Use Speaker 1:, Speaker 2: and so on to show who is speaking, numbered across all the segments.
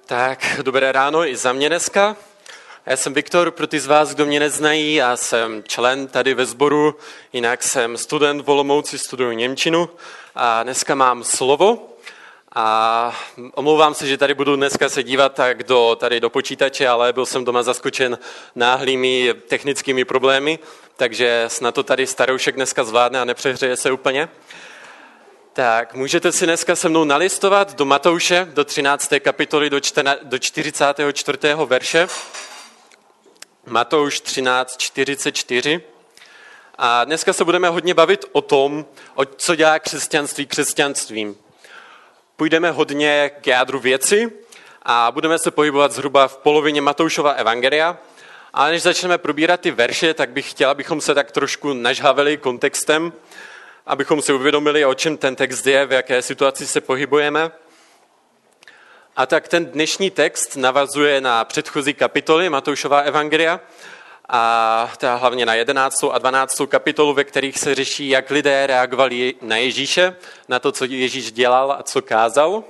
Speaker 1: Tak, dobré ráno i za mě dneska. Já jsem Viktor, pro ty z vás, kdo mě neznají, já jsem člen tady ve sboru, jinak jsem student v Olomouci, studuju němčinu a dneska mám slovo a omlouvám se, že tady budu dneska se dívat tak tady do počítače, ale byl jsem doma zaskočen náhlými technickými problémy, takže snad to tady staroušek dneska zvládne a nepřehřeje se úplně. Tak, můžete si dneska se mnou nalistovat do Matouše, do 13. kapitoly, do 44. verše. Matouš 13:44. A dneska se budeme hodně bavit o tom, co dělá křesťanství křesťanstvím. Půjdeme hodně k jádru věci a budeme se pohybovat zhruba v polovině Matoušova evangelia. Ale než začneme probírat ty verše, tak bych chtěl, abychom se tak trošku nažhavili kontextem, abychom si uvědomili, o čem ten text je, v jaké situaci se pohybujeme. A tak ten dnešní text navazuje na předchozí kapitoly Matoušova evangelia, a teda hlavně na 11. a 12. kapitolu, ve kterých se řeší, jak lidé reagovali na Ježíše, na to, co Ježíš dělal a co kázal.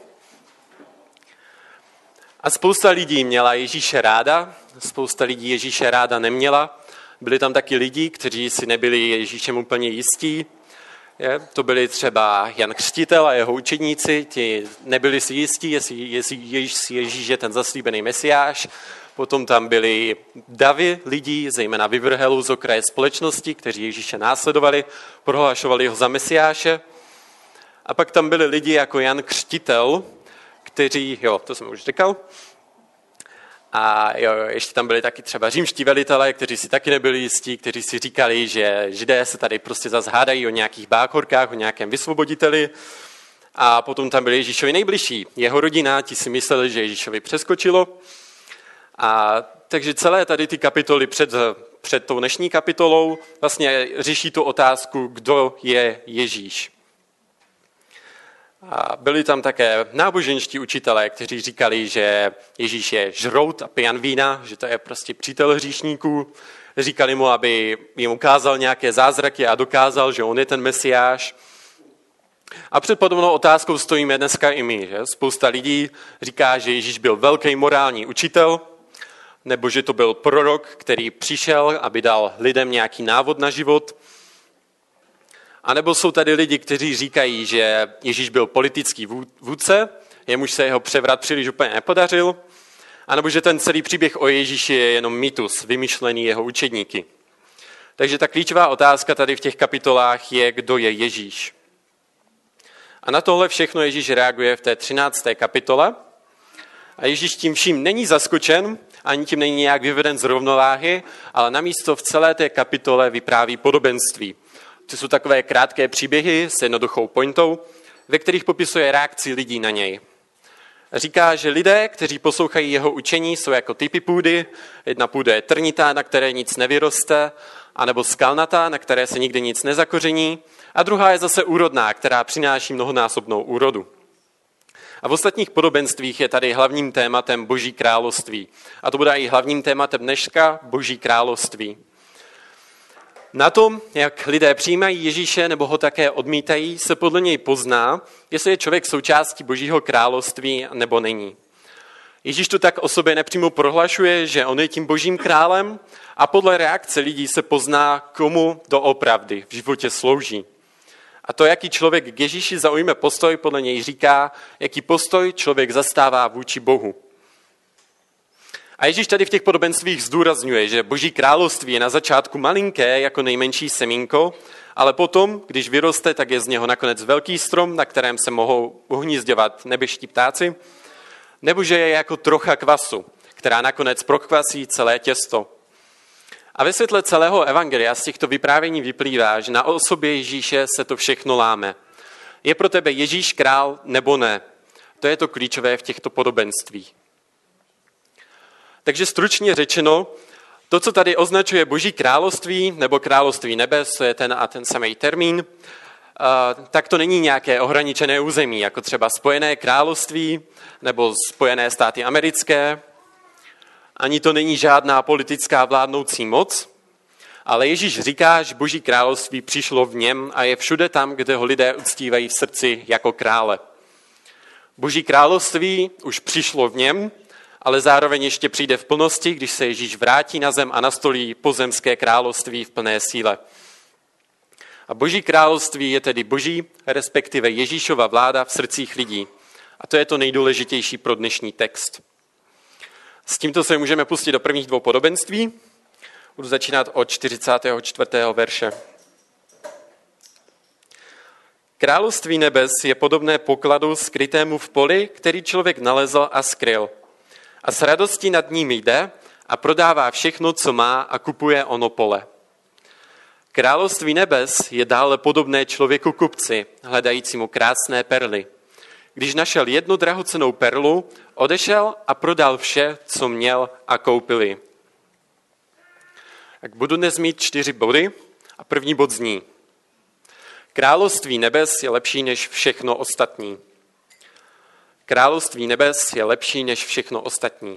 Speaker 1: A spousta lidí měla Ježíše ráda, spousta lidí Ježíše ráda neměla. Byli tam taky lidi, kteří si nebyli Ježíšem úplně jistí. To byli třeba Jan Křtitel a jeho učedníci, ti nebyli si jistí, jestli Ježíš je ten zaslíbený mesiáš. Potom tam byli davy lidí, zejména vyvrhelů z okraje společnosti, kteří Ježíše následovali, prohlašovali ho za mesiáše. A pak tam byli lidi jako Jan Křtitel, kteří, to jsem už říkal, a ještě tam byli taky třeba římští velitelé, kteří si taky nebyli jistí, kteří si říkali, že Židé se tady prostě zase hádají o nějakých báchorkách, o nějakém vysvoboditeli. A potom tam byli Ježíšovi nejbližší. Jeho rodina, ti si mysleli, že Ježíšovi přeskočilo. A takže celé tady ty kapitoly před tou dnešní kapitolou vlastně řeší tu otázku, kdo je Ježíš. A byli tam také náboženští učitelé, kteří říkali, že Ježíš je žrout a pijan vína, že to je prostě přítel hříšníků. Říkali mu, aby jim ukázal nějaké zázraky a dokázal, že on je ten mesiáš. A před podobnou otázkou stojíme dneska i my. Že? Spousta lidí říká, že Ježíš byl velký morální učitel, nebo že to byl prorok, který přišel, aby dal lidem nějaký návod na život. A nebo jsou tady lidi, kteří říkají, že Ježíš byl politický vůdce, jemuž se jeho převrat příliš úplně nepodařil, anebo že ten celý příběh o Ježíši je jenom mýtus, vymyšlený jeho učedníky. Takže ta klíčová otázka tady v těch kapitolách je, kdo je Ježíš. A na tohle všechno Ježíš reaguje v té 13. kapitole. A Ježíš tím vším není zaskočen, ani tím není nějak vyveden z rovnováhy, ale namísto v celé té kapitole vypráví podobenství. To jsou takové krátké příběhy s jednoduchou pointou, ve kterých popisuje reakci lidí na něj. Říká, že lidé, kteří poslouchají jeho učení, jsou jako typy půdy. Jedna půda je trnitá, na které nic nevyroste, anebo skalnatá, na které se nikdy nic nezakoření. A druhá je zase úrodná, která přináší mnohonásobnou úrodu. A v ostatních podobenstvích je tady hlavním tématem Boží království. A to bude i hlavním tématem dneška Boží království. Na tom, jak lidé přijímají Ježíše nebo ho také odmítají, se podle něj pozná, jestli je člověk součástí Božího království nebo není. Ježíš tu tak o sobě nepřímo prohlašuje, že on je tím Božím králem a podle reakce lidí se pozná, komu doopravdy v životě slouží. A to, jaký člověk k Ježíši zaujme postoj, podle něj říká, jaký postoj člověk zastává vůči Bohu. A Ježíš tady v těch podobenstvích zdůrazňuje, že Boží království je na začátku malinké jako nejmenší semínko, ale potom, když vyroste, tak je z něho nakonec velký strom, na kterém se mohou uhnízďovat nebeští ptáci, nebo že je jako trocha kvasu, která nakonec prokvasí celé těsto. A ve světle celého evangelia z těchto vyprávění vyplývá, že na osobě Ježíše se to všechno láme. Je pro tebe Ježíš král nebo ne? To je to klíčové v těchto podobenstvích. Takže stručně řečeno, to, co tady označuje Boží království nebo království nebes, to je ten a ten samý termín, tak to není nějaké ohraničené území, jako třeba Spojené království nebo Spojené státy americké. Ani to není žádná politická vládnoucí moc, ale Ježíš říká, že Boží království přišlo v něm a je všude tam, kde ho lidé uctívají v srdci jako krále. Boží království už přišlo v něm ale zároveň ještě přijde v plnosti, když se Ježíš vrátí na zem a nastolí pozemské království v plné síle. A Boží království je tedy Boží, respektive Ježíšova vláda v srdcích lidí. A to je to nejdůležitější pro dnešní text. S tímto se můžeme pustit do prvních dvou podobenství. Budu začínat od 44. verše. Království nebes je podobné pokladu skrytému v poli, který člověk nalezl a skryl. A s radostí nad ním jde a prodává všechno, co má a kupuje ono pole. Království nebes je dále podobné člověku kupci, hledajícímu krásné perly. Když našel jednu drahocennou perlu, odešel a prodal vše, co měl a koupil ji. Tak budu dnes mít 4 body a první bod zní: Království nebes je lepší než všechno ostatní. Království nebes je lepší než všechno ostatní.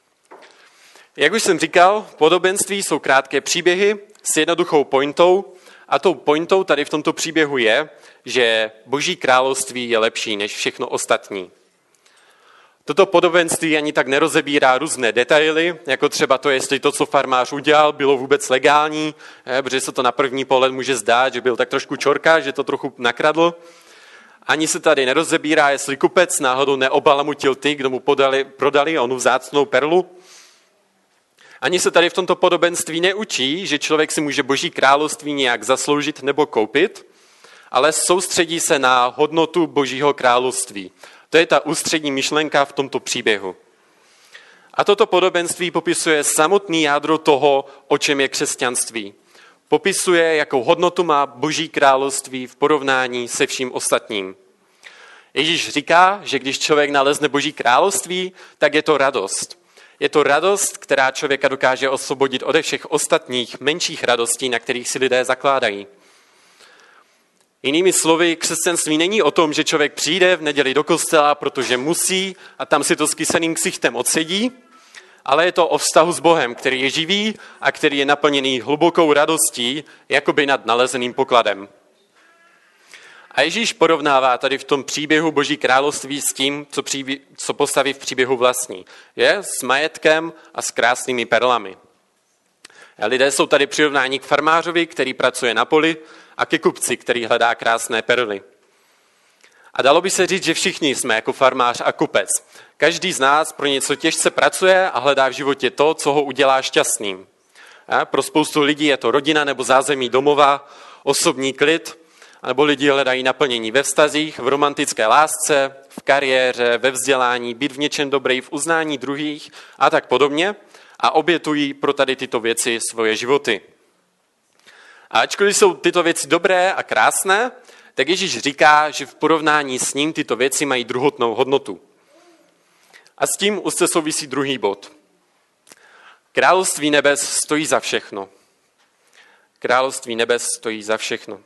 Speaker 1: Jak už jsem říkal, podobenství jsou krátké příběhy s jednoduchou pointou a tou pointou tady v tomto příběhu je, že Boží království je lepší než všechno ostatní. Toto podobenství ani tak nerozebírá různé detaily, jako třeba to, jestli to, co farmář udělal, bylo vůbec legální, protože se to na první pohled může zdát, že byl tak trošku čorka, že to trochu nakradl. Ani se tady nerozebírá, jestli kupec náhodou neobalamutil ty, kdo mu prodali onu vzácnou perlu. Ani se tady v tomto podobenství neučí, že člověk si může Boží království nějak zasloužit nebo koupit, ale soustředí se na hodnotu Božího království. To je ta ústřední myšlenka v tomto příběhu. A toto podobenství popisuje samotný jádro toho, o čem je křesťanství. Popisuje, jakou hodnotu má Boží království v porovnání se vším ostatním. Ježíš říká, že když člověk nalezne Boží království, tak je to radost. Je to radost, která člověka dokáže osvobodit ode všech ostatních menších radostí, na kterých si lidé zakládají. Jinými slovy, křesťanství není o tom, že člověk přijde v neděli do kostela, protože musí a tam si to s kyselým ksichtem odsedí, ale je to o vztahu s Bohem, který je živý a který je naplněný hlubokou radostí, jakoby nad nalezeným pokladem. A Ježíš porovnává tady v tom příběhu Boží království s tím, co postaví v příběhu vlastní. Je s majetkem a s krásnými perlami. A lidé jsou tady přirovnáni k farmářovi, který pracuje na poli, a ke kupci, který hledá krásné perly. A dalo by se říct, že všichni jsme jako farmář a kupec. Každý z nás pro něco těžce pracuje a hledá v životě to, co ho udělá šťastným. A pro spoustu lidí je to rodina nebo zázemí domova, osobní klid, nebo lidi hledají naplnění ve vztazích, v romantické lásce, v kariéře, ve vzdělání, být v něčem dobrý, v uznání druhých a tak podobně a obětují pro tady tyto věci svoje životy. A ačkoliv jsou tyto věci dobré a krásné, tak Ježíš říká, že v porovnání s ním tyto věci mají druhotnou hodnotu. A s tím úzce souvisí druhý bod. Království nebes stojí za všechno. Království nebes stojí za všechno.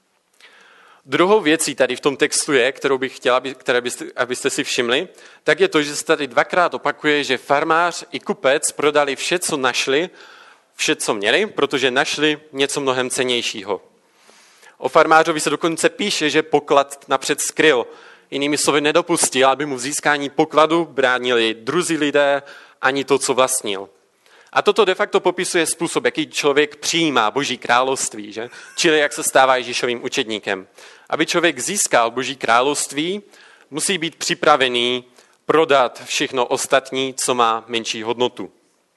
Speaker 1: Druhou věcí tady v tom textu je, kterou bych chtěla, abyste si všimli, tak je to, že se tady dvakrát opakuje, že farmář i kupec prodali vše, co našli, vše, co měli, protože našli něco mnohem cennějšího. O farmářovi se dokonce píše, že poklad napřed skryl. Jinými slovy nedopustil, aby mu v získání pokladu bránili druzí lidé ani to, co vlastnil. A toto de facto popisuje způsob, jaký člověk přijímá Boží království, že? Čili jak se stává Ježíšovým učedníkem. Aby člověk získal Boží království, musí být připravený prodat všechno ostatní, co má menší hodnotu.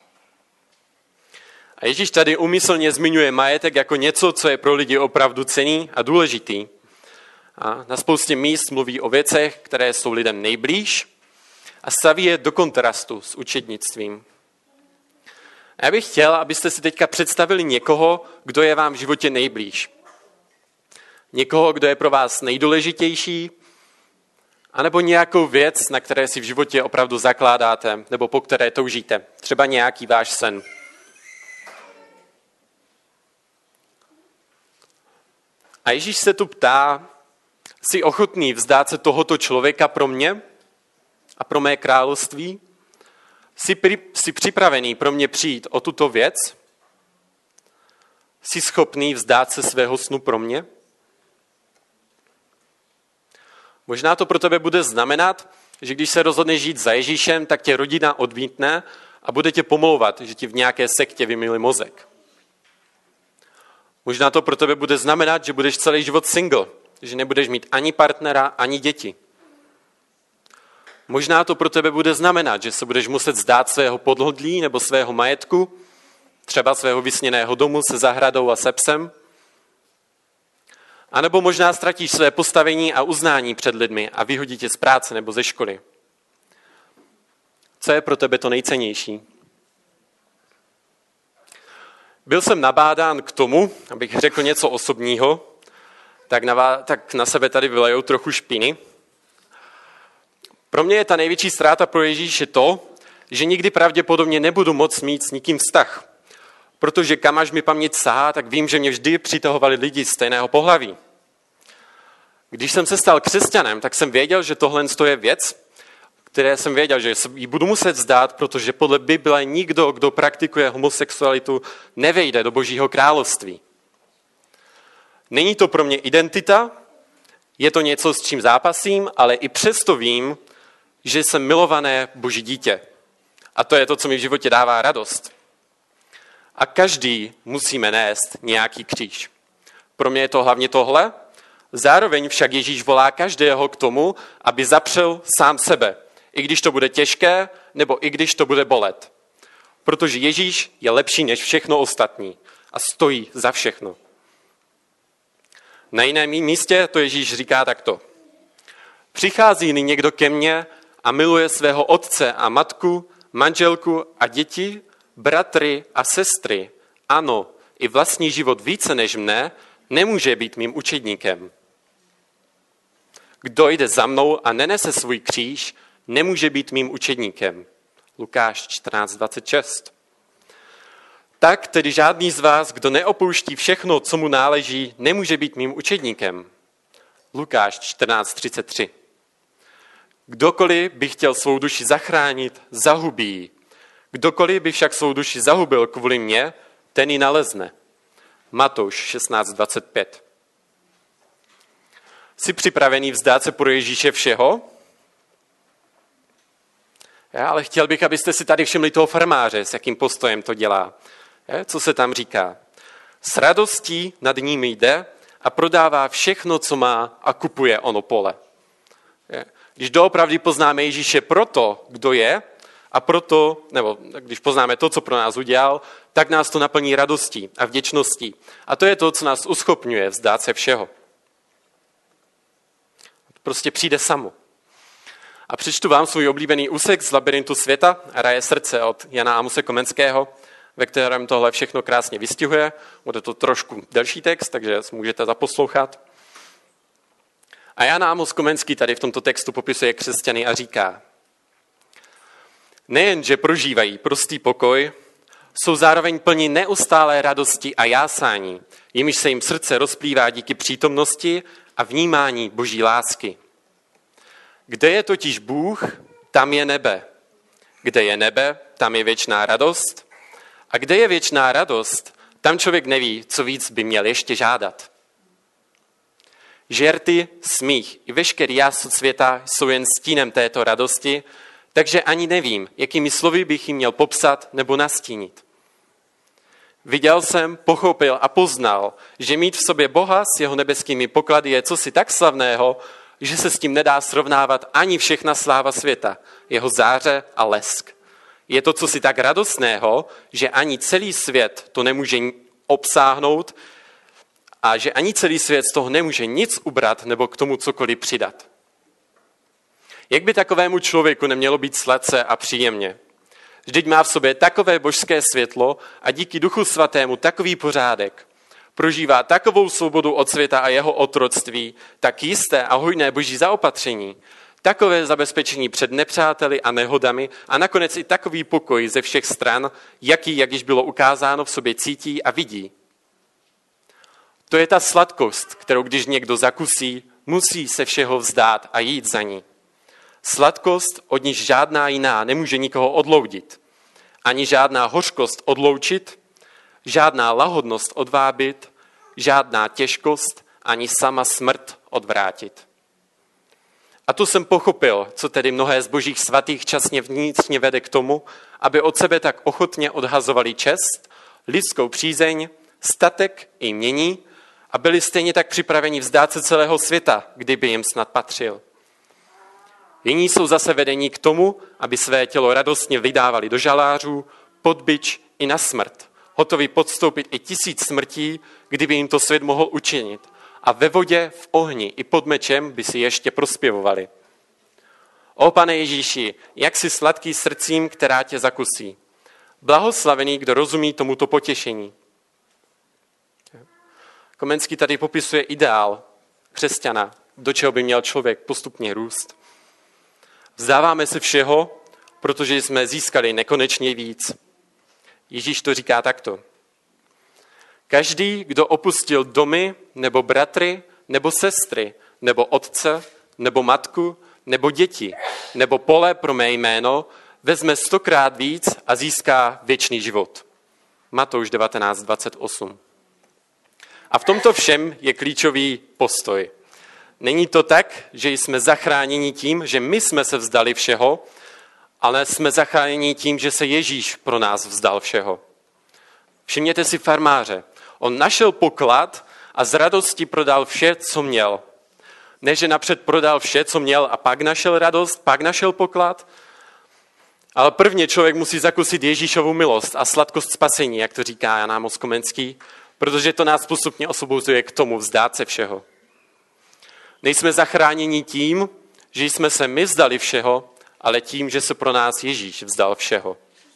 Speaker 1: A Ježíš tady úmyslně zmiňuje majetek jako něco, co je pro lidi opravdu cenný a důležitý. A na spoustě míst mluví o věcech, které jsou lidem nejblíž a staví je do kontrastu s učednictvím. A já bych chtěl, abyste si teďka představili někoho, kdo je vám v životě nejblíž. Někoho, kdo je pro vás nejdůležitější, anebo nějakou věc, na které si v životě opravdu zakládáte, nebo po které toužíte. Třeba nějaký váš sen. A Ježíš se tu ptá, jsi ochotný vzdát se tohoto člověka pro mě a pro mé království? Jsi připravený pro mě přijít o tuto věc? Jsi schopný vzdát se svého snu pro mě? Možná to pro tebe bude znamenat, že když se rozhodneš žít za Ježíšem, tak tě rodina odmítne a bude tě pomlouvat, že ti v nějaké sektě vymyli mozek. Možná to pro tebe bude znamenat, že budeš celý život single, že nebudeš mít ani partnera, ani děti. Možná to pro tebe bude znamenat, že se budeš muset vzdát svého podhodlí nebo svého majetku, třeba svého vysněného domu se zahradou a se psem. A nebo možná ztratíš své postavení a uznání před lidmi a vyhodí tě z práce nebo ze školy. Co je pro tebe to nejcennější? Byl jsem nabádán k tomu, abych řekl něco osobního, tak na sebe tady vylejou trochu špiny. Pro mě je ta největší ztráta pro Ježíše to, že nikdy pravděpodobně nebudu moct mít s nikým vztah. Protože kam až mi paměť sahá, tak vím, že mě vždy přitahovali lidi stejného pohlaví. Když jsem se stal křesťanem, tak jsem věděl, že tohle je věc, které jsem věděl, že ji budu muset vzdát, protože podle Bible nikdo, kdo praktikuje homosexualitu, nevejde do Božího království. Není to pro mě identita, je to něco, s čím zápasím, ale i přesto vím, že jsem milované Boží dítě. A to je to, co mi v životě dává radost. A každý musíme nést nějaký kříž. Pro mě je to hlavně tohle. Zároveň však Ježíš volá každého k tomu, aby zapřel sám sebe. I když to bude těžké, nebo i když to bude bolet. Protože Ježíš je lepší než všechno ostatní a stojí za všechno. Na jiném místě to Ježíš říká takto. Přichází-li někdo ke mně a miluje svého otce a matku, manželku a děti, bratry a sestry, ano, i vlastní život více než mne, nemůže být mým učedníkem. Kdo jde za mnou a nenese svůj kříž, nemůže být mým učedníkem. Lukáš 14:26. Tak tedy žádný z vás, kdo neopouští všechno, co mu náleží, nemůže být mým učedníkem. Lukáš 14:33. Kdokoliv by chtěl svou duši zachránit, zahubí ji. Kdokoliv by však svou duši zahubil kvůli mně, ten ji nalezne. Matouš 16:25. Jsi připravený vzdát se pro Ježíše všeho? Ale chtěl bych, abyste si tady všimli toho farmáře, s jakým postojem to dělá. Co se tam říká? S radostí nad ním jde a prodává všechno, co má a kupuje ono pole. Když doopravdy poznáme Ježíše proto, kdo je, a proto, nebo když poznáme to, co pro nás udělal, tak nás to naplní radostí a vděčností. A to je to, co nás uschopňuje vzdát se všeho. Prostě přijde samo. A přečtu vám svůj oblíbený úsek z Labyrintu světa, Raje srdce od Jana Amose Komenského, ve kterém tohle všechno krásně vystihuje. Bude to trošku delší text, takže můžete zaposlouchat. A Jan Amos Komenský tady v tomto textu popisuje křesťany a říká: nejen, že prožívají prostý pokoj, jsou zároveň plní neustálé radosti a jásání, jimiž se jim srdce rozplývá díky přítomnosti a vnímání Boží lásky. Kde je totiž Bůh, tam je nebe. Kde je nebe, tam je věčná radost. A kde je věčná radost, tam člověk neví, co víc by měl ještě žádat. Žerty, smích i veškerý jásot světa jsou jen stínem této radosti, takže ani nevím, jakými slovy bych ji měl popsat nebo nastínit. Viděl jsem, pochopil a poznal, že mít v sobě Boha s jeho nebeskými poklady je cosi tak slavného, že se s tím nedá srovnávat ani všechna sláva světa, jeho záře a lesk. Je to cosi tak radostného, že ani celý svět to nemůže obsáhnout a že ani celý svět z toho nemůže nic ubrat nebo k tomu cokoliv přidat. Jak by takovému člověku nemělo být sladce a příjemně? Vždyť má v sobě takové božské světlo a díky Duchu Svatému takový pořádek. Prožívá takovou svobodu od světa a jeho otroctví, tak jisté a hojné boží zaopatření, takové zabezpečení před nepřáteli a nehodami a nakonec i takový pokoj ze všech stran, jaký, jak již bylo ukázáno, v sobě cítí a vidí. To je ta sladkost, kterou když někdo zakusí, musí se všeho vzdát a jít za ní. Sladkost, od níž žádná jiná nemůže nikoho odloudit. Ani žádná hořkost odloučit, žádná lahodnost odvábit, žádná těžkost, ani sama smrt odvrátit. A tu jsem pochopil, co tedy mnohé z božích svatých časně vnitřně vede k tomu, aby od sebe tak ochotně odhazovali čest, lidskou přízeň, statek i jmění a byli stejně tak připraveni vzdát se celého světa, kdyby jim snad patřil. Jiní jsou zase vedení k tomu, aby své tělo radostně vydávali do žalářů, pod bič i na smrt, hotoví podstoupit i 1000 smrtí, kdyby jim to svět mohl učinit. A ve vodě, v ohni i pod mečem by si ještě prospěvovali. O Pane Ježíši, jak jsi sladký srdcím, která tě zakusí. Blahoslavený, kdo rozumí tomuto potěšení. Komenský tady popisuje ideál křesťana, do čeho by měl člověk postupně růst. Vzdáváme se všeho, protože jsme získali nekonečně víc. Ježíš to říká takto. Každý, kdo opustil domy, nebo bratry, nebo sestry, nebo otce, nebo matku, nebo děti, nebo pole pro mé jméno, vezme 100krát víc a získá věčný život. Matouš 19:28. A v tomto všem je klíčový postoj. Není to tak, že jsme zachráněni tím, že my jsme se vzdali všeho, ale jsme zachráněni tím, že se Ježíš pro nás vzdal všeho. Všimněte si farmáře. On našel poklad a z radosti prodal vše, co měl. Ne, že napřed prodal vše, co měl a pak našel radost, pak našel poklad, ale prvně člověk musí zakusit Ježíšovu milost a sladkost spasení, jak to říká Jan Amos Komenský, protože to nás postupně osvobozuje k tomu vzdát se všeho. Nejsme zachráněni tím, že jsme se my vzdali všeho, ale tím, že se pro nás Ježíš vzdal všeho.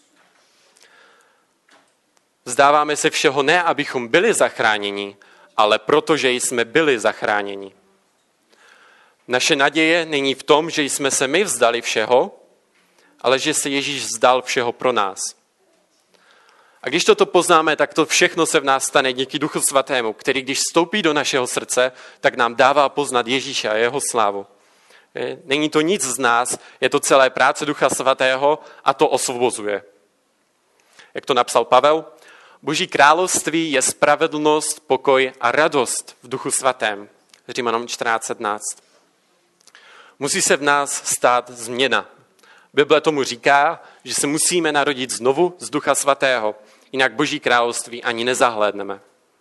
Speaker 1: Vzdáváme se všeho ne, abychom byli zachráněni, ale protože jsme byli zachráněni. Naše naděje není v tom, že jsme se my vzdali všeho, ale že se Ježíš vzdal všeho pro nás. A když toto poznáme, tak to všechno se v nás stane díky Duchu Svatému, který když vstoupí do našeho srdce, tak nám dává poznat Ježíše a jeho slávu. Není to nic z nás, je to celé práce Ducha Svatého a to osvobozuje. Jak to napsal Pavel, Boží království je spravedlnost, pokoj a radost v Duchu Svatém. Římanům 14:17. Musí se v nás stát změna. Bible tomu říká, že se musíme narodit znovu z Ducha Svatého, jinak Boží království ani nezahlédneme.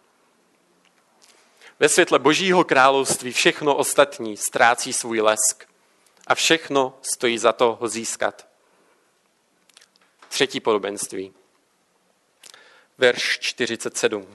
Speaker 1: Ve světle Božího království všechno ostatní ztrácí svůj lesk a všechno stojí za to ho získat. 3. podobenství. Verš 47.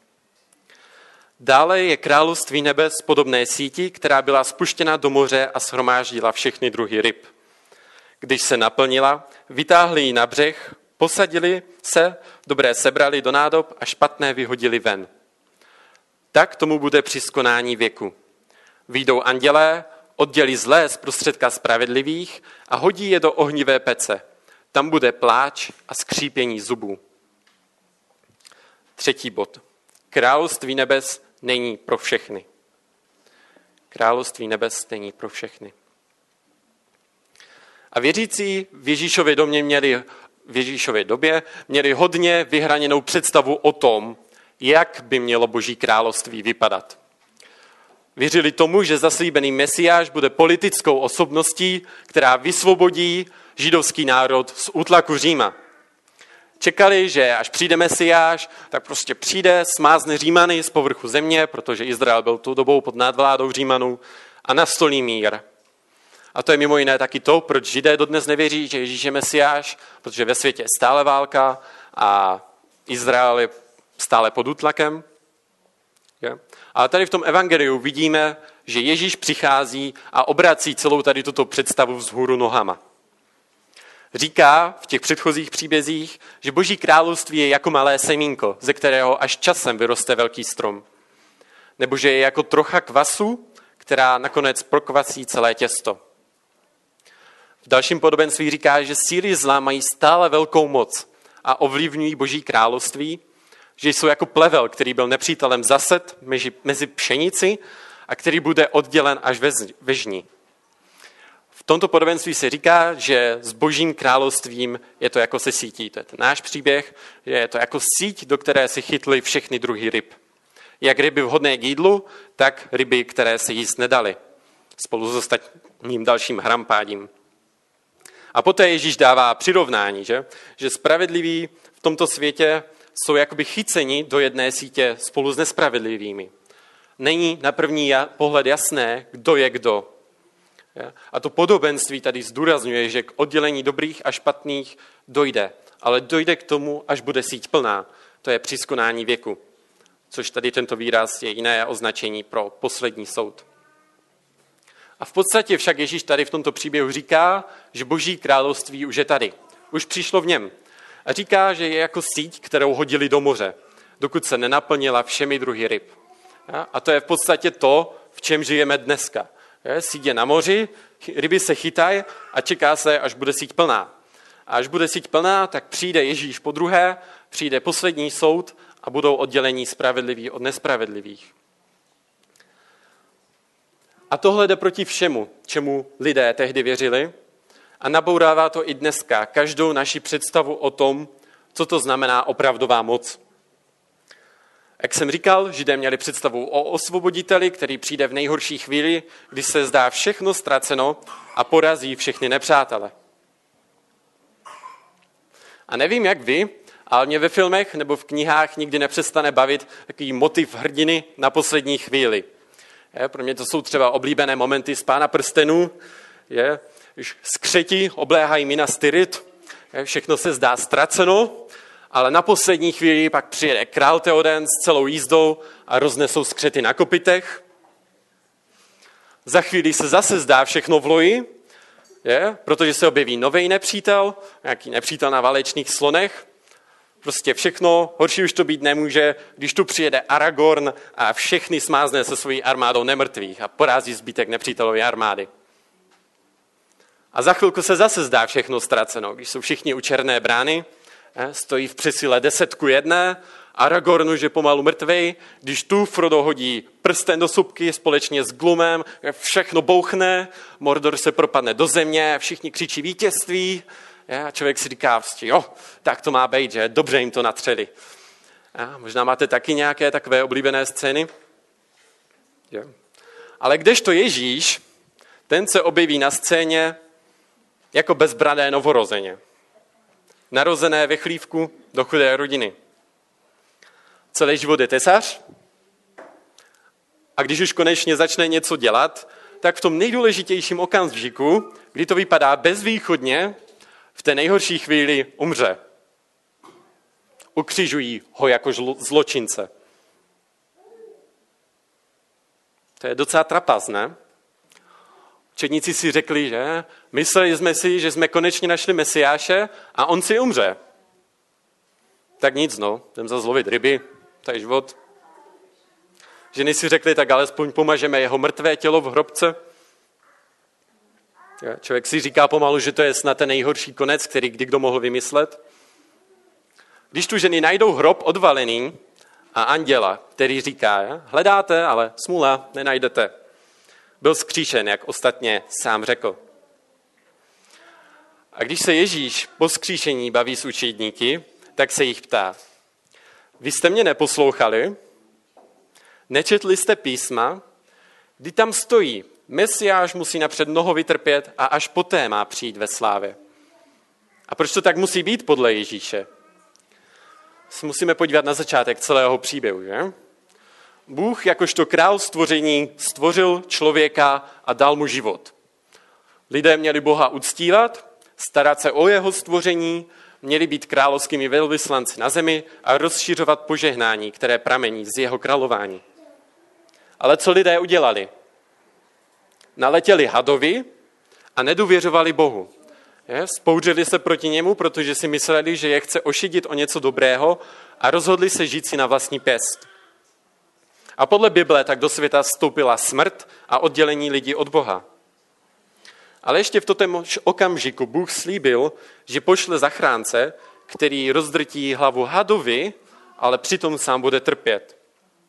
Speaker 1: Dále je království nebes podobné síti, která byla spuštěna do moře a shromáždila všechny druhy ryb. Když se naplnila, vytáhli ji na břeh, posadili se, dobré sebrali do nádob a špatné vyhodili ven. Tak tomu bude při skonání věku. Vyjdou andělé, oddělí zlé z prostředka spravedlivých a hodí je do ohnivé pece. Tam bude pláč a skřípění zubů. 3. bod. Království nebes není pro všechny. Království nebes není pro všechny. A věřící v Ježíšově době měli hodně vyhraněnou představu o tom, jak by mělo Boží království vypadat. Věřili tomu, že zaslíbený Mesiáš bude politickou osobností, která vysvobodí židovský národ z útlaku Říma. Čekali, že až přijde Mesiáš, tak prostě přijde, smázne Římany z povrchu země, protože Izrael byl tou dobou pod nadvládou Římanů a nastolí mír. A to je mimo jiné taky to, proč Židé dodnes nevěří, že Ježíš je Mesiáš, protože ve světě je stále válka a Izrael je stále pod útlakem. Ale tady v tom evangeliu vidíme, že Ježíš přichází a obrací celou tady tuto představu vzhůru nohama. Říká v těch předchozích příbězích, že Boží království je jako malé semínko, ze kterého až časem vyroste velký strom. Nebo že je jako trocha kvasu, která nakonec prokvasí celé těsto. V dalším podobenství říká, že síly zla mají stále velkou moc a ovlivňují Boží království, že jsou jako plevel, který byl nepřítelem zased mezi pšenici a který bude oddělen až ve žni. V tomto podobenství se říká, že s Božím královstvím je to jako se sítí. To je ten náš příběh, že je to jako síť, do které se chytly všechny druhy ryb. Jak ryby vhodné k jídlu, tak ryby, které se jíst nedaly. Spolu s ním dalším hrampádím. A poté Ježíš dává přirovnání, že spravedliví v tomto světě jsou jakoby chyceni do jedné sítě spolu s nespravedlivými. Není na první pohled jasné, kdo je kdo. A to podobenství tady zdůrazňuje, že k oddělení dobrých a špatných dojde. Ale dojde k tomu, až bude síť plná. To je při skonání věku. Což tady tento výraz je jiné označení pro poslední soud. A v podstatě však Ježíš tady v tomto příběhu říká, že Boží království už je tady. Už přišlo v něm. A říká, že je jako síť, kterou hodili do moře, dokud se nenaplnila všemi druhy ryb. A to je v podstatě to, v čem žijeme dneska. Síť je na moři, ryby se chytají a čeká se, až bude síť plná. A až bude síť plná, tak přijde Ježíš podruhé, přijde poslední soud a budou oddělení spravedliví od nespravedlivých. A tohle jde proti všemu, čemu lidé tehdy věřili a nabourává to i dneska každou naši představu o tom, co to znamená opravdová moc. Jak jsem říkal, Židé měli představu o osvoboditeli, který přijde v nejhorší chvíli, kdy se zdá všechno ztraceno a porazí všechny nepřátele. A nevím, jak vy, ale mě ve filmech nebo v knihách nikdy nepřestane bavit takový motiv hrdiny na poslední chvíli. Pro mě to jsou třeba oblíbené momenty z Pána prstenů, když skřeti obléhají Minas Tirith, všechno se zdá ztraceno, ale na poslední chvíli pak přijede král Theoden s celou jízdou a roznesou skřety na kopytech. Za chvíli se zase zdá všechno v loji, protože se objeví nový nepřítel, nějaký nepřítel na válečných slonech. Prostě všechno, horší už to být nemůže, když tu přijede Aragorn a všechny smázne se svojí armádou nemrtvých a porazí zbytek nepřítelové armády. A za chvilku se zase zdá všechno ztraceno, když jsou všichni u Černé brány, stojí v přesile 10:1, Aragorn už je pomalu mrtvej, když tu Frodo hodí prsten do supky společně s Glumem, všechno bouchne, Mordor se propadne do země, všichni křičí vítězství, a člověk si říká prostě, jo, tak to má být, že dobře jim to natřeli. A možná máte taky nějaké takové oblíbené scény. Ale kdežto Ježíš, ten se objeví na scéně jako bezbranné novorozeně. Narozené ve chlívku do chudé rodiny. Celý život je tesař a když už konečně začne něco dělat, tak v tom nejdůležitějším okamžiku, kdy to vypadá bezvýchodně, v té nejhorší chvíli umře. Ukřižují ho jako zločince. To je docela trapas, ne? Učedníci si řekli, že mysleli jsme si, že jsme konečně našli Mesiáše a on si umře. Tak nic, jdem zazlovit ryby, to je život. Ženy si řekli, tak alespoň pomažeme jeho mrtvé tělo v hrobce. Člověk si říká pomalu, že to je snad ten nejhorší konec, který kdy kdo mohl vymyslet. Když tu ženy najdou hrob odvalený a anděla, který říká, hledáte, ale smůla, nenajdete. Byl vzkříšen, jak ostatně sám řekl. A když se Ježíš po vzkříšení baví s učedníky, tak se jich ptá. Vy jste mě neposlouchali? Nečetli jste písma? Kdy tam stojí, Mesiáš musí napřed mnoho vytrpět a až poté má přijít ve slávě. A proč to tak musí být podle Ježíše? Se musíme podívat na začátek celého příběhu, že? Bůh jakožto král stvoření stvořil člověka a dal mu život. Lidé měli Boha uctívat, starat se o jeho stvoření, měli být královskými velvyslanci na zemi a rozšiřovat požehnání, které pramení z jeho králování. Ale co lidé udělali? Naletěli hadovi a nedůvěřovali Bohu. Spouřili se proti němu, protože si mysleli, že je chce ošidit o něco dobrého a rozhodli se žít si na vlastní pěst. A podle Bible tak do světa vstoupila smrt a oddělení lidí od Boha. Ale ještě v totémž okamžiku Bůh slíbil, že pošle zachránce, který rozdrtí hlavu hadovi, ale přitom sám bude trpět.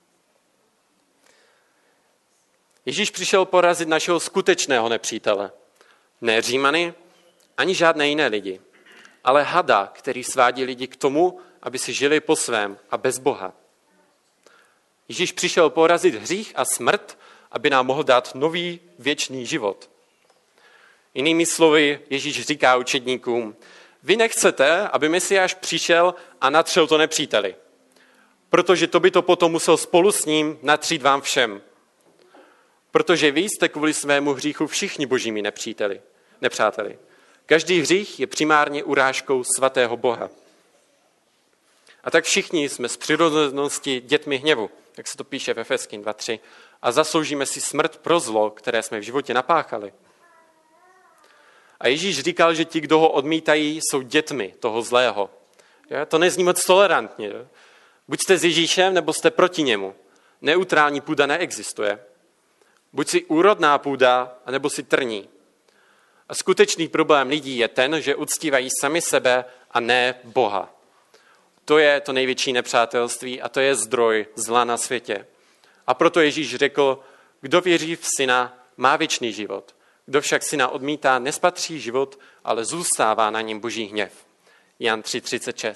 Speaker 1: Ježíš přišel porazit našeho skutečného nepřítele. Ne Římany, ani žádné jiné lidi, ale hada, který svádí lidi k tomu, aby si žili po svém a bez Boha. Ježíš přišel porazit hřích a smrt, aby nám mohl dát nový věčný život. Jinými slovy, Ježíš říká učedníkům, vy nechcete, aby Mesiáš přišel a natřel to nepříteli, protože to by to potom musel spolu s ním natřít vám všem. Protože vy jste kvůli svému hříchu všichni božími nepřáteli. Každý hřích je primárně urážkou svatého Boha. A tak všichni jsme z přirozenosti dětmi hněvu, jak se to píše v Efeským 2:3, a zasloužíme si smrt pro zlo, které jsme v životě napáchali. A Ježíš říkal, že ti, kdo ho odmítají, jsou dětmi toho zlého. To nezní moc tolerantně. Buď jste s Ježíšem, nebo jste proti němu. Neutrální půda neexistuje. Buď si úrodná půda, anebo si trní. A skutečný problém lidí je ten, že uctívají sami sebe a ne Boha. To je to největší nepřátelství a to je zdroj zla na světě. A proto Ježíš řekl, kdo věří v Syna, má věčný život. Kdo však Syna odmítá, nespatří život, ale zůstává na něm boží hněv. Jan 3:36.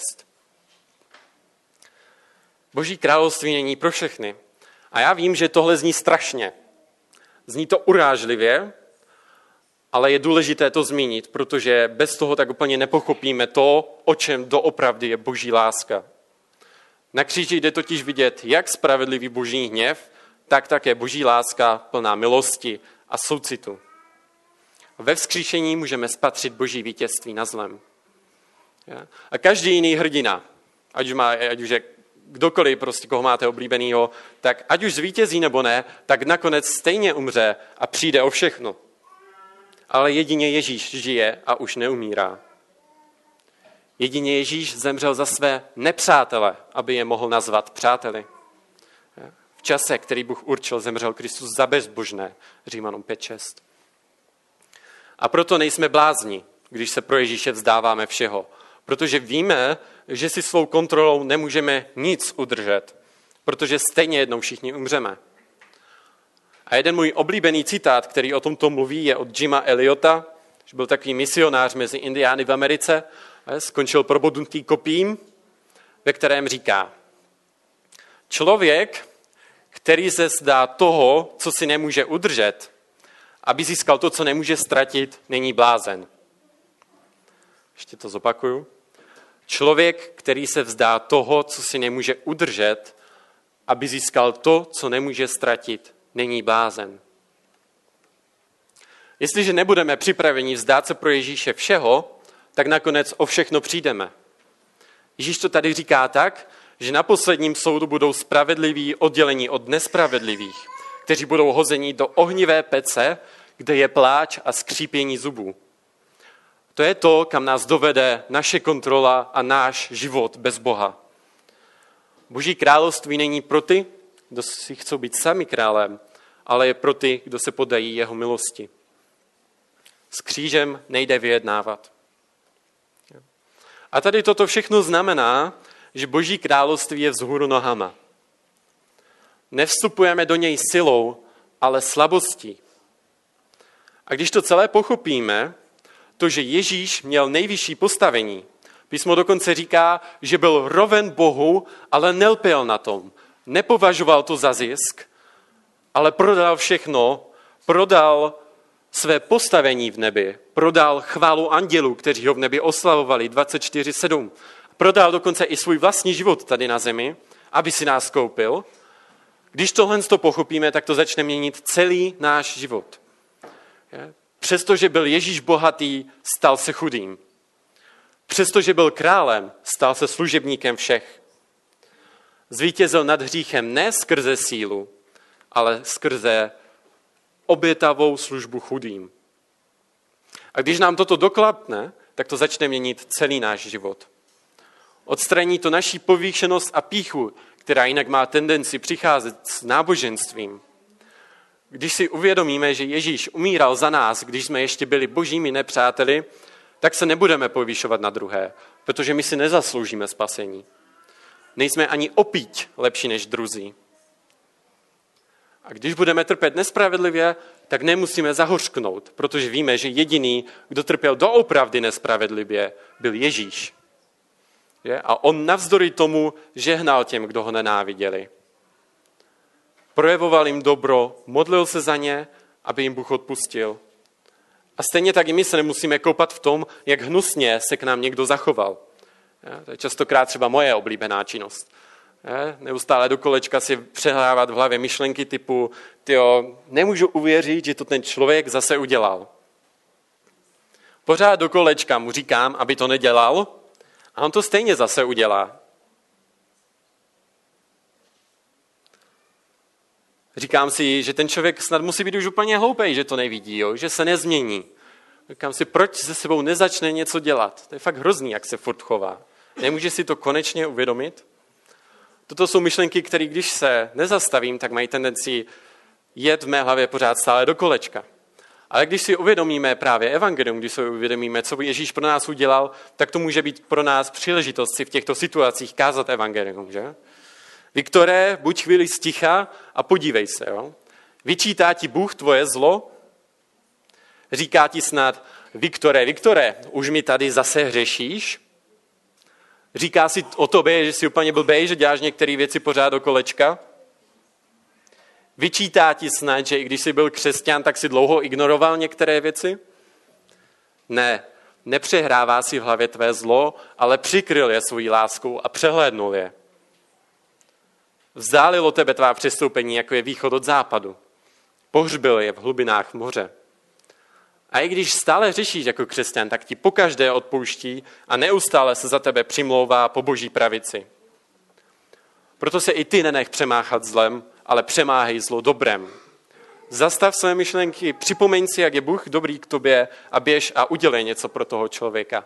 Speaker 1: Boží království není pro všechny. A já vím, že tohle zní strašně. Zní to urážlivě, ale je důležité to zmínit, protože bez toho tak úplně nepochopíme to, o čem doopravdy je boží láska. Na kříži jde totiž vidět jak spravedlivý boží hněv, tak také boží láska plná milosti a soucitu. Ve vzkříšení můžeme spatřit boží vítězství na zlem. A každý jiný hrdina, ať už je kdokoliv, prostě koho máte oblíbenýho, tak ať už zvítězí nebo ne, tak nakonec stejně umře a přijde o všechno. Ale jedině Ježíš žije a už neumírá. Jedině Ježíš zemřel za své nepřátele, aby je mohl nazvat přáteli. V čase, který Bůh určil, zemřel Kristus za bezbožné, Římanům 5:6. A proto nejsme blázni, když se pro Ježíše vzdáváme všeho. Protože víme, že si svou kontrolou nemůžeme nic udržet, protože stejně jednou všichni umřeme. A jeden můj oblíbený citát, který o tomto mluví, je od Jima Eliota, že byl takový misionář mezi Indiány v Americe, skončil probodnutý kopím, ve kterém říká: člověk, který se vzdá toho, co si nemůže udržet, aby získal to, co nemůže ztratit, není blázen. Ještě to zopakuju. Člověk, který se vzdá toho, co si nemůže udržet, aby získal to, co nemůže ztratit, není blázen. Jestliže nebudeme připraveni vzdát se pro Ježíše všeho, tak nakonec o všechno přijdeme. Ježíš to tady říká tak, že na posledním soudu budou spravedliví oddělení od nespravedlivých, kteří budou hozeni do ohnivé pece, kde je pláč a skřípění zubů. To je to, kam nás dovede naše kontrola a náš život bez Boha. Boží království není pro ty, kdo si chcou být sami králem, ale je pro ty, kdo se podají jeho milosti. S křížem nejde vyjednávat. A tady toto všechno znamená, že Boží království je vzhůru nohama. Nevstupujeme do něj silou, ale slabostí. A když to celé pochopíme, to, že Ježíš měl nejvyšší postavení, písmo dokonce říká, že byl roven Bohu, ale nelpěl na tom. Nepovažoval to za zisk, ale prodal všechno, prodal své postavení v nebi, prodal chválu andělů, kteří ho v nebi oslavovali 24/7. Prodal dokonce i svůj vlastní život tady na zemi, aby si nás koupil. Když tohle pochopíme, tak to začne měnit celý náš život. Přestože byl Ježíš bohatý, stal se chudým. Přestože byl králem, stal se služebníkem všech. Zvítězil nad hříchem ne skrze sílu, ale skrze obětavou službu chudým. A když nám toto doklapne, tak to začne měnit celý náš život. Odstraní to naší povýšenost a pýchu, která jinak má tendenci přicházet s náboženstvím. Když si uvědomíme, že Ježíš umíral za nás, když jsme ještě byli božími nepřáteli, tak se nebudeme povýšovat na druhé, protože my si nezasloužíme spasení. Nejsme ani opíť lepší než druzí. A když budeme trpět nespravedlivě, tak nemusíme zahořknout, protože víme, že jediný, kdo trpěl doopravdy nespravedlivě, byl Ježíš. A on navzdory tomu žehnal těm, kdo ho nenáviděli. Projevoval jim dobro, modlil se za ně, aby jim Bůh odpustil. A A stejně tak i my se nemusíme koupat v tom, jak hnusně se k nám někdo zachoval. To je častokrát třeba moje oblíbená činnost. Neustále do kolečka si přehrávat v hlavě myšlenky typu nemůžu uvěřit, že to ten člověk zase udělal. Pořád do kolečka mu říkám, aby to nedělal, a on to stejně zase udělá. Říkám si, že ten člověk snad musí být už úplně hloupej, že to nevidí, že se nezmění. Říkám si, proč se sebou nezačne něco dělat? To je fakt hrozný, jak se furt chová. Nemůže si to konečně uvědomit? Toto jsou myšlenky, které když se nezastavím, tak mají tendenci jet v mé hlavě pořád stále do kolečka. Ale když si uvědomíme právě evangelium, když si uvědomíme, co Ježíš pro nás udělal, tak to může být pro nás příležitost si v těchto situacích kázat evangelium, že? Viktore, buď chvíli sticha a podívej se. Jo? Vyčítá ti Bůh tvoje zlo? Říká ti snad, Viktore, už mi tady zase hřešíš? Říká si o tobě, že jsi úplně blbej, že děláš některé věci pořád do kolečka? Vyčítá ti snad, že i když jsi byl křesťan, tak si dlouho ignoroval některé věci? Ne, nepřehrává si v hlavě tvé zlo, ale přikryl je svojí láskou a přehlédnul je. Vzdálilo tebe tvá přestoupení, jako je východ od západu. Pohřbil je v hlubinách moře. A i když stále řešíš jako křesťan, tak ti pokaždé odpouští a neustále se za tebe přimlouvá po boží pravici. Proto se i ty nenech přemáchat zlem, ale přemáhej zlo dobrem. Zastav své myšlenky, připomeň si, jak je Bůh dobrý k tobě a běž a udělej něco pro toho člověka.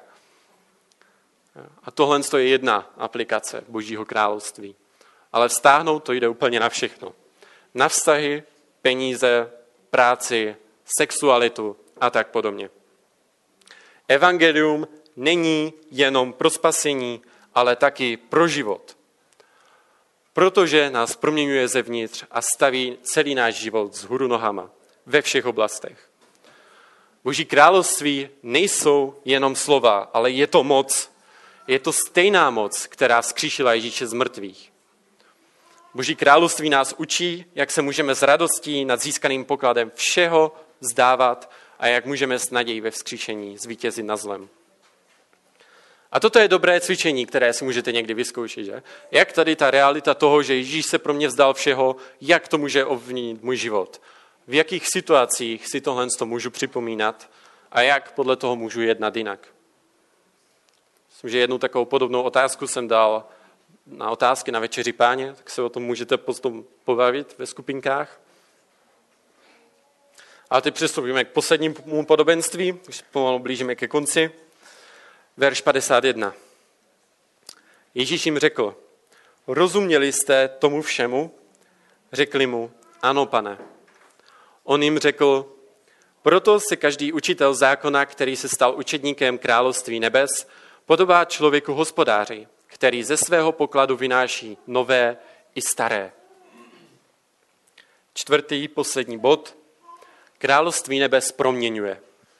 Speaker 1: A tohle je jedna aplikace Božího království. Ale vztáhnout to jde úplně na všechno. Na vztahy, peníze, práci, sexualitu a tak podobně. Evangelium není jenom pro spasení, ale taky pro život. Protože nás proměňuje zevnitř a staví celý náš život vzhůru nohama ve všech oblastech. Boží království nejsou jenom slova, ale je to moc. Je to stejná moc, která vzkříšila Ježíše z mrtvých. Boží království nás učí, jak se můžeme s radostí nad získaným pokladem všeho vzdávat a jak můžeme s nadějí ve vzkříšení zvítězit nad zlem. A toto je dobré cvičení, které si můžete někdy vyzkoušet. Že? Jak tady ta realita toho, že Ježíš se pro mě vzdal všeho, jak to může ovlivnit můj život. V jakých situacích si tohle můžu připomínat a jak podle toho můžu jednat jinak. Myslím, že jednu takovou podobnou otázku jsem dal na otázky na večeři Páně, tak se o tom můžete potom pobavit ve skupinkách. A teď přistoupíme k poslednímu podobenství, už pomalu blížíme ke konci. Verš 51. Ježíš jim řekl, rozuměli jste tomu všemu? Řekli mu, ano, pane. On jim řekl, proto se každý učitel zákona, který se stal učedníkem království nebes, podobá člověku hospodáři, který ze svého pokladu vynáší nové i staré. Čtvrtý, poslední bod. Království nebes proměňuje.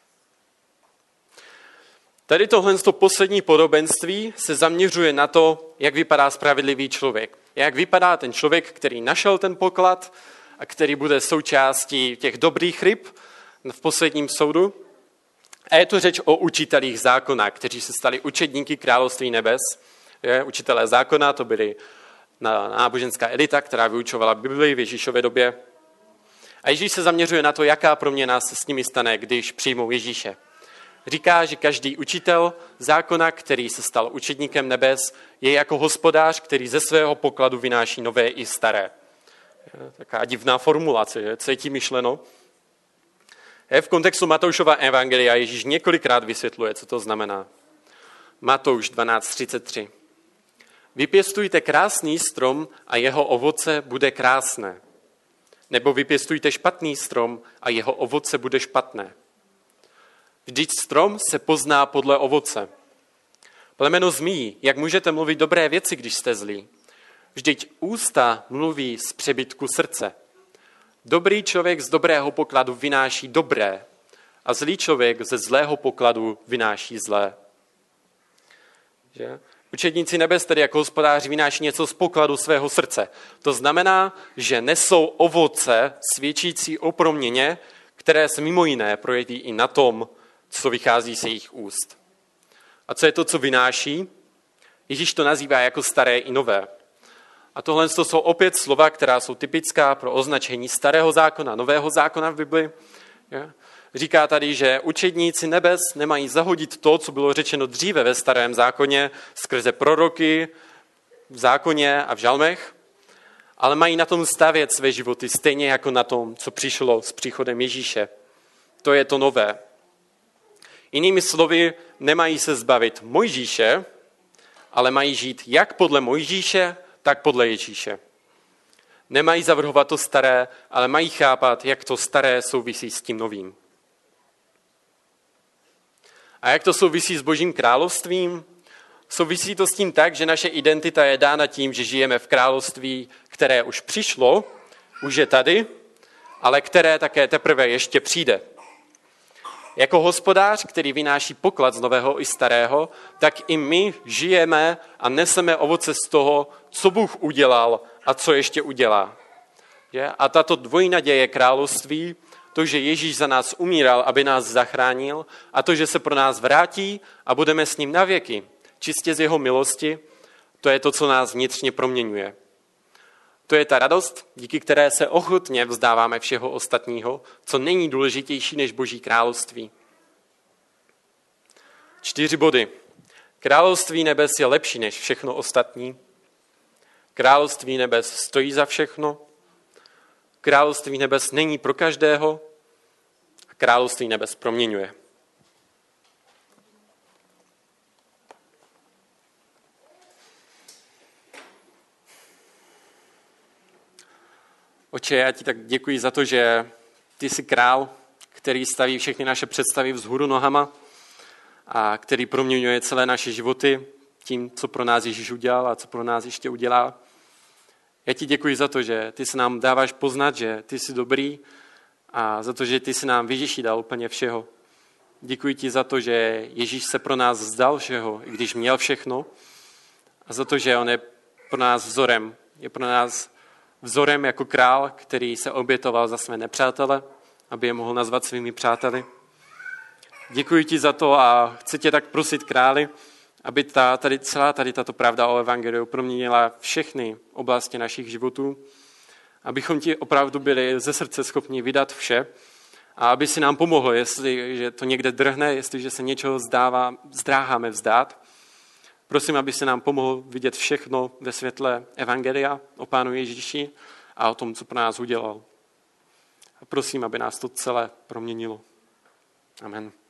Speaker 1: Tady tohle poslední podobenství se zaměřuje na to, jak vypadá spravedlivý člověk. Jak vypadá ten člověk, který našel ten poklad a který bude součástí těch dobrých ryb v posledním soudu. A je tu řeč o učitelích zákona, kteří se stali učedníky království nebes. Učitelé zákona, to byly náboženská elita, která vyučovala Bibli v Ježíšově době. A Ježíš se zaměřuje na to, jaká proměna se s nimi stane, když přijmou Ježíše. Říká, že každý učitel zákona, který se stal učedníkem nebes, je jako hospodář, který ze svého pokladu vynáší nové i staré. Taká divná formulace, že? Co je tím myšleno? V kontextu Matoušova evangelia Ježíš několikrát vysvětluje, co to znamená. Matouš 12:33. Vypěstujte krásný strom a jeho ovoce bude krásné. Nebo vypěstujte špatný strom a jeho ovoce bude špatné. Vždyť strom se pozná podle ovoce. Plemeno zmíjí, jak můžete mluvit dobré věci, když jste zlí. Vždyť ústa mluví z přebytku srdce. Dobrý člověk z dobrého pokladu vynáší dobré a zlý člověk ze zlého pokladu vynáší zlé. Že? Učedníci nebes, tedy jako hospodáři, vynáší něco z pokladu svého srdce. To znamená, že nesou ovoce svědčící o proměně, které se mimo jiné projeví i na tom, co vychází z jejich úst. A co je to, co vynáší? Ježíš to nazývá jako staré i nové. A tohle jsou opět slova, která jsou typická pro označení starého zákona, nového zákona v Bibli. Říká tady, že učedníci nebes nemají zahodit to, co bylo řečeno dříve ve starém zákoně, skrze proroky, v zákoně a v žalmech, ale mají na tom stavět své životy stejně jako na tom, co přišlo s příchodem Ježíše. To je to nové. Jinými slovy, nemají se zbavit Mojžíše, ale mají žít jak podle Mojžíše, tak podle Ježíše. Nemají zavrhovat to staré, ale mají chápat, jak to staré souvisí s tím novým. A jak to souvisí s Božím královstvím? Souvisí to s tím tak, že naše identita je dána tím, že žijeme v království, které už přišlo, už je tady, ale které také teprve ještě přijde. Jako hospodář, který vynáší poklad z nového i starého, tak i my žijeme a neseme ovoce z toho, co Bůh udělal a co ještě udělá. A tato dvojí naděje království, to, že Ježíš za nás umíral, aby nás zachránil, a to, že se pro nás vrátí a budeme s ním na věky, čistě z jeho milosti, to je to, co nás vnitřně proměňuje. To je ta radost, díky které se ochotně vzdáváme všeho ostatního, co není důležitější než Boží království. 4 body. Království nebes je lepší než všechno ostatní. Království nebes stojí za všechno. Království nebes není pro každého. A království nebes proměňuje. Oče, já ti tak děkuji za to, že ty jsi král, který staví všechny naše představy vzhůru nohama a který proměňuje celé naše životy tím, co pro nás Ježíš udělal a co pro nás ještě udělá. Já ti děkuji za to, že ty se nám dáváš poznat, že ty jsi dobrý a za to, že ty jsi nám v Ježíši dal úplně všeho. Děkuji ti za to, že Ježíš se pro nás vzdal všeho, i když měl všechno, a za to, že on je pro nás vzorem. Je pro nás vzorem jako král, který se obětoval za své nepřátele, aby je mohl nazvat svými přáteli. Děkuji ti za to a chci tě tak prosit, králi, aby celá tato pravda o evangeliu proměnila všechny oblasti našich životů, abychom ti opravdu byli ze srdce schopni vydat vše a aby si nám pomohlo, jestliže to někde drhne, jestliže se něčeho zdráháme vzdát. Prosím, aby se nám pomohl vidět všechno ve světle evangelia o Pánu Ježíši a o tom, co pro nás udělal. A prosím, aby nás to celé proměnilo. Amen.